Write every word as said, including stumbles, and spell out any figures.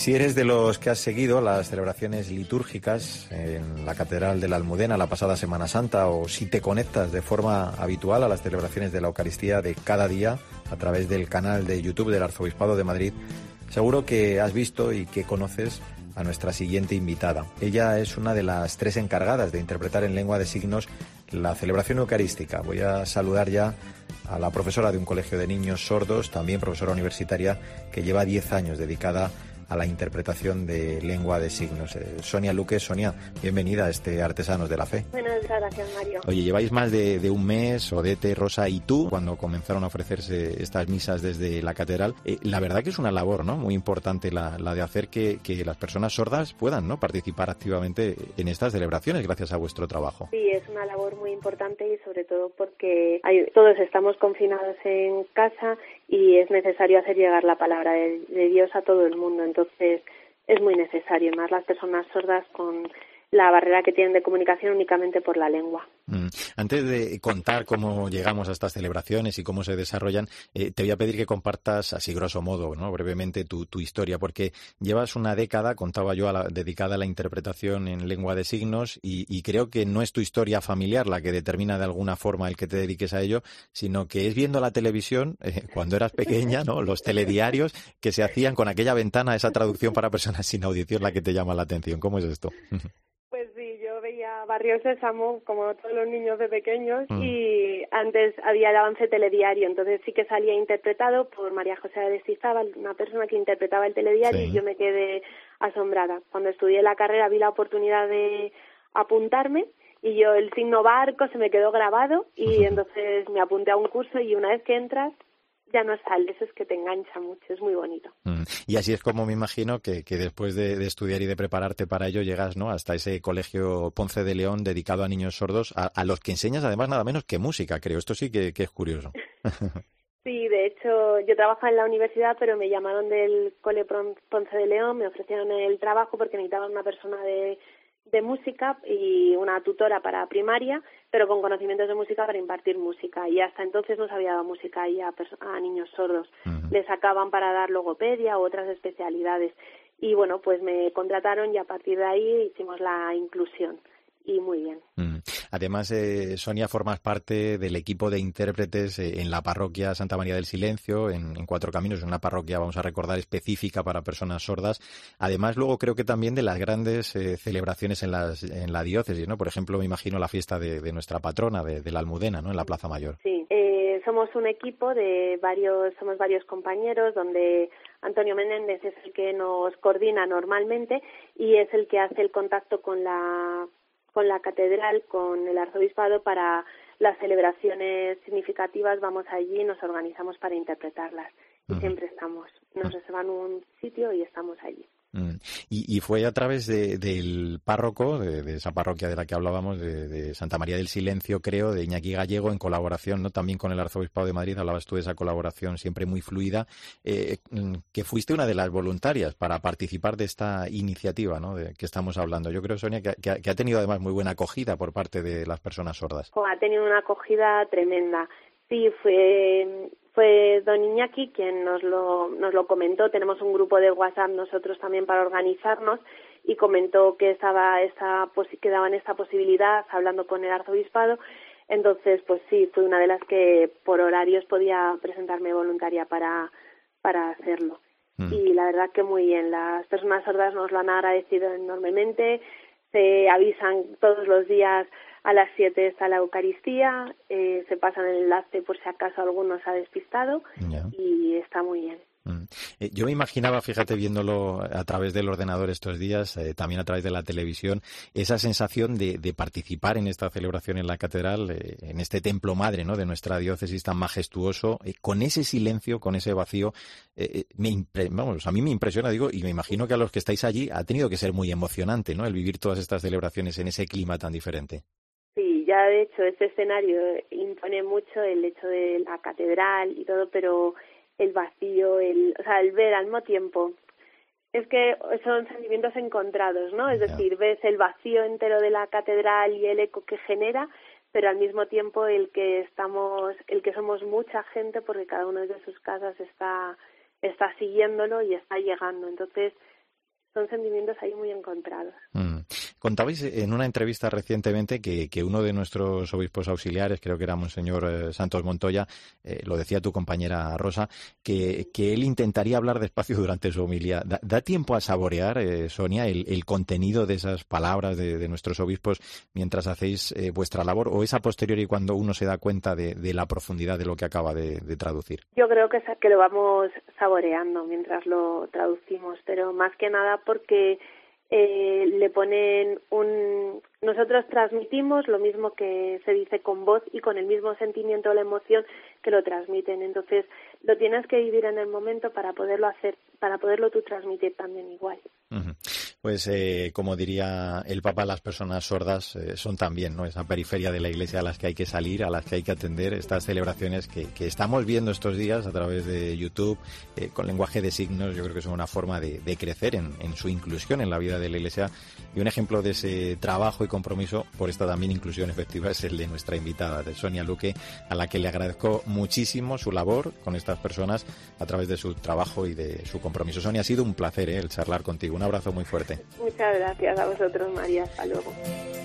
Si eres de los que has seguido las celebraciones litúrgicas en la Catedral de la Almudena la pasada Semana Santa, o si te conectas de forma habitual a las celebraciones de la Eucaristía de cada día a través del canal de YouTube del Arzobispado de Madrid, seguro que has visto y que conoces a nuestra siguiente invitada. Ella es una de las tres encargadas de interpretar en lengua de signos la celebración eucarística. Voy a saludar ya a la profesora de un colegio de niños sordos, también profesora universitaria, que lleva diez años dedicada a la interpretación de lengua de signos. Eh, Sonia Luque. Sonia, bienvenida a este Artesanos de la Fe. Buenas gracias, Mario. Oye, lleváis más de, de un mes, Odete, Rosa y tú, cuando comenzaron a ofrecerse estas misas desde la catedral. Eh, la verdad que es una labor, ¿no?, muy importante la, la de hacer que, que las personas sordas puedan, ¿no?, participar activamente en estas celebraciones gracias a vuestro trabajo. Sí, es una labor muy importante y sobre todo porque hay, todos estamos confinados en casa y es necesario hacer llegar la palabra de, de Dios a todo el mundo. Entonces es muy necesario, más las personas sordas con la barrera que tienen de comunicación únicamente por la lengua. Mm. Antes de contar cómo llegamos a estas celebraciones y cómo se desarrollan, eh, te voy a pedir que compartas, así grosso modo, ¿no?, brevemente tu, tu historia, porque llevas una década, contaba yo, a la, dedicada a la interpretación en lengua de signos, y, y creo que no es tu historia familiar la que determina de alguna forma el que te dediques a ello, sino que es viendo la televisión, eh, cuando eras pequeña, ¿no?, los telediarios que se hacían con aquella ventana, esa traducción para personas sin audición, la que te llama la atención. ¿Cómo es esto? Pues sí, yo veía Barrio Sésamo, como todos los niños de pequeños, Mm. y antes había el avance telediario, entonces sí que salía interpretado por María José de Aristizábal, una persona que interpretaba el telediario, Sí. y yo me quedé asombrada. Cuando estudié la carrera vi la oportunidad de apuntarme, y yo el signo barco se me quedó grabado, y entonces me apunté a un curso, y una vez que entras ya no sales, es que te engancha mucho, es muy bonito. Mm. Y así es como me imagino que, que después de, de estudiar y de prepararte para ello llegas, ¿no?, hasta ese colegio Ponce de León dedicado a niños sordos, a, a los que enseñas además nada menos que música, creo. Esto sí que, que es curioso. Sí, de hecho, yo trabajaba en la universidad, pero me llamaron del Cole Pon- Ponce de León, me ofrecieron el trabajo porque necesitaban una persona de, de música y una tutora para primaria, pero con conocimientos de música para impartir música. Y hasta entonces no se había dado música ahí a, perso- a niños sordos. Uh-huh. Les sacaban para dar logopedia u otras especialidades. Y bueno, pues me contrataron y a partir de ahí hicimos la inclusión. Y muy bien. Mm. Además, eh, Sonia, formas parte del equipo de intérpretes eh, en la parroquia Santa María del Silencio, en, en Cuatro Caminos, una parroquia, vamos a recordar, específica para personas sordas. Además, luego creo que también de las grandes eh, celebraciones en, las, en la diócesis, ¿no? Por ejemplo, me imagino la fiesta de, de nuestra patrona, de, de la Almudena, ¿no?, en la Plaza Mayor. Sí, eh, somos un equipo de varios, somos varios compañeros, donde Antonio Menéndez es el que nos coordina normalmente y es el que hace el contacto con la con la catedral, con el arzobispado para las celebraciones significativas. Vamos allí y nos organizamos para interpretarlas. Y uh-huh. siempre estamos, nos reservan un sitio y estamos allí. Mm. Y, y fue a través de, del párroco, de, de esa parroquia de la que hablábamos, de, de Santa María del Silencio, creo, de Iñaki Gallego, en colaboración, ¿no?, también con el Arzobispado de Madrid. Hablabas tú de esa colaboración siempre muy fluida, eh, que fuiste una de las voluntarias para participar de esta iniciativa, ¿no?, de que estamos hablando. Yo creo, Sonia, que, que, que ha tenido además muy buena acogida por parte de las personas sordas. Ha tenido una acogida tremenda. Sí, fue... Fue don Iñaki quien nos lo, nos lo comentó. Tenemos un grupo de WhatsApp nosotros también para organizarnos y comentó que estaba esta, que daban esta posibilidad hablando con el arzobispado. Entonces, pues sí, fue una de las que por horarios podía presentarme voluntaria para, para hacerlo. Mm. Y la verdad que muy bien. Las personas sordas nos lo han agradecido enormemente. Se avisan todos los días. A las siete está la Eucaristía, eh, se pasan el enlace por si acaso alguno se ha despistado yeah. y está muy bien. Mm. Eh, yo me imaginaba, fíjate, viéndolo a través del ordenador estos días, eh, también a través de la televisión, esa sensación de, de participar en esta celebración en la catedral, eh, en este templo madre, ¿no?, de nuestra diócesis tan majestuoso, eh, con ese silencio, con ese vacío. Eh, me impre- vamos, a mí me impresiona, digo, y me imagino que a los que estáis allí ha tenido que ser muy emocionante, ¿no?, el vivir todas estas celebraciones en ese clima tan diferente. Sí, ya de hecho este escenario impone mucho, el hecho de la catedral y todo, pero el vacío, el, o sea, el ver al mismo tiempo, es que son sentimientos encontrados, ¿no? Es yeah. decir, ves el vacío entero de la catedral y el eco que genera, pero al mismo tiempo el que estamos, el que somos mucha gente, porque cada uno de sus casas está está siguiéndolo y está llegando. Entonces son sentimientos ahí muy encontrados. Mm. Contabais en una entrevista recientemente que, que uno de nuestros obispos auxiliares, creo que era Monseñor eh, Santos Montoya, eh, lo decía tu compañera Rosa, que, que él intentaría hablar despacio durante su homilía. ¿Da, da tiempo a saborear, eh, Sonia, el, el contenido de esas palabras de, de nuestros obispos mientras hacéis eh, vuestra labor, o es a posteriori cuando uno se da cuenta de, de la profundidad de lo que acaba de, de traducir? Yo creo que, es que lo vamos saboreando mientras lo traducimos, pero más que nada porque eh, le ponen un... Nosotros transmitimos lo mismo que se dice con voz y con el mismo sentimiento o la emoción que lo transmiten. Entonces, lo tienes que vivir en el momento para poderlo hacer, para poderlo tú transmitir también igual. Uh-huh. Pues, eh, como diría el Papa, las personas sordas eh, son también, ¿no?, esa periferia de la Iglesia a las que hay que salir, a las que hay que atender, estas celebraciones que, que estamos viendo estos días a través de YouTube, eh, con lenguaje de signos. Yo creo que son una forma de, de crecer en, en su inclusión en la vida de la Iglesia, y un ejemplo de ese trabajo y compromiso por esta también inclusión efectiva es el de nuestra invitada, de Sonia Luque, a la que le agradezco muchísimo su labor con estas personas a través de su trabajo y de su compromiso. Sonia, ha sido un placer, ¿eh?, el charlar contigo. Un abrazo muy fuerte. Muchas gracias a vosotros, María. Hasta luego.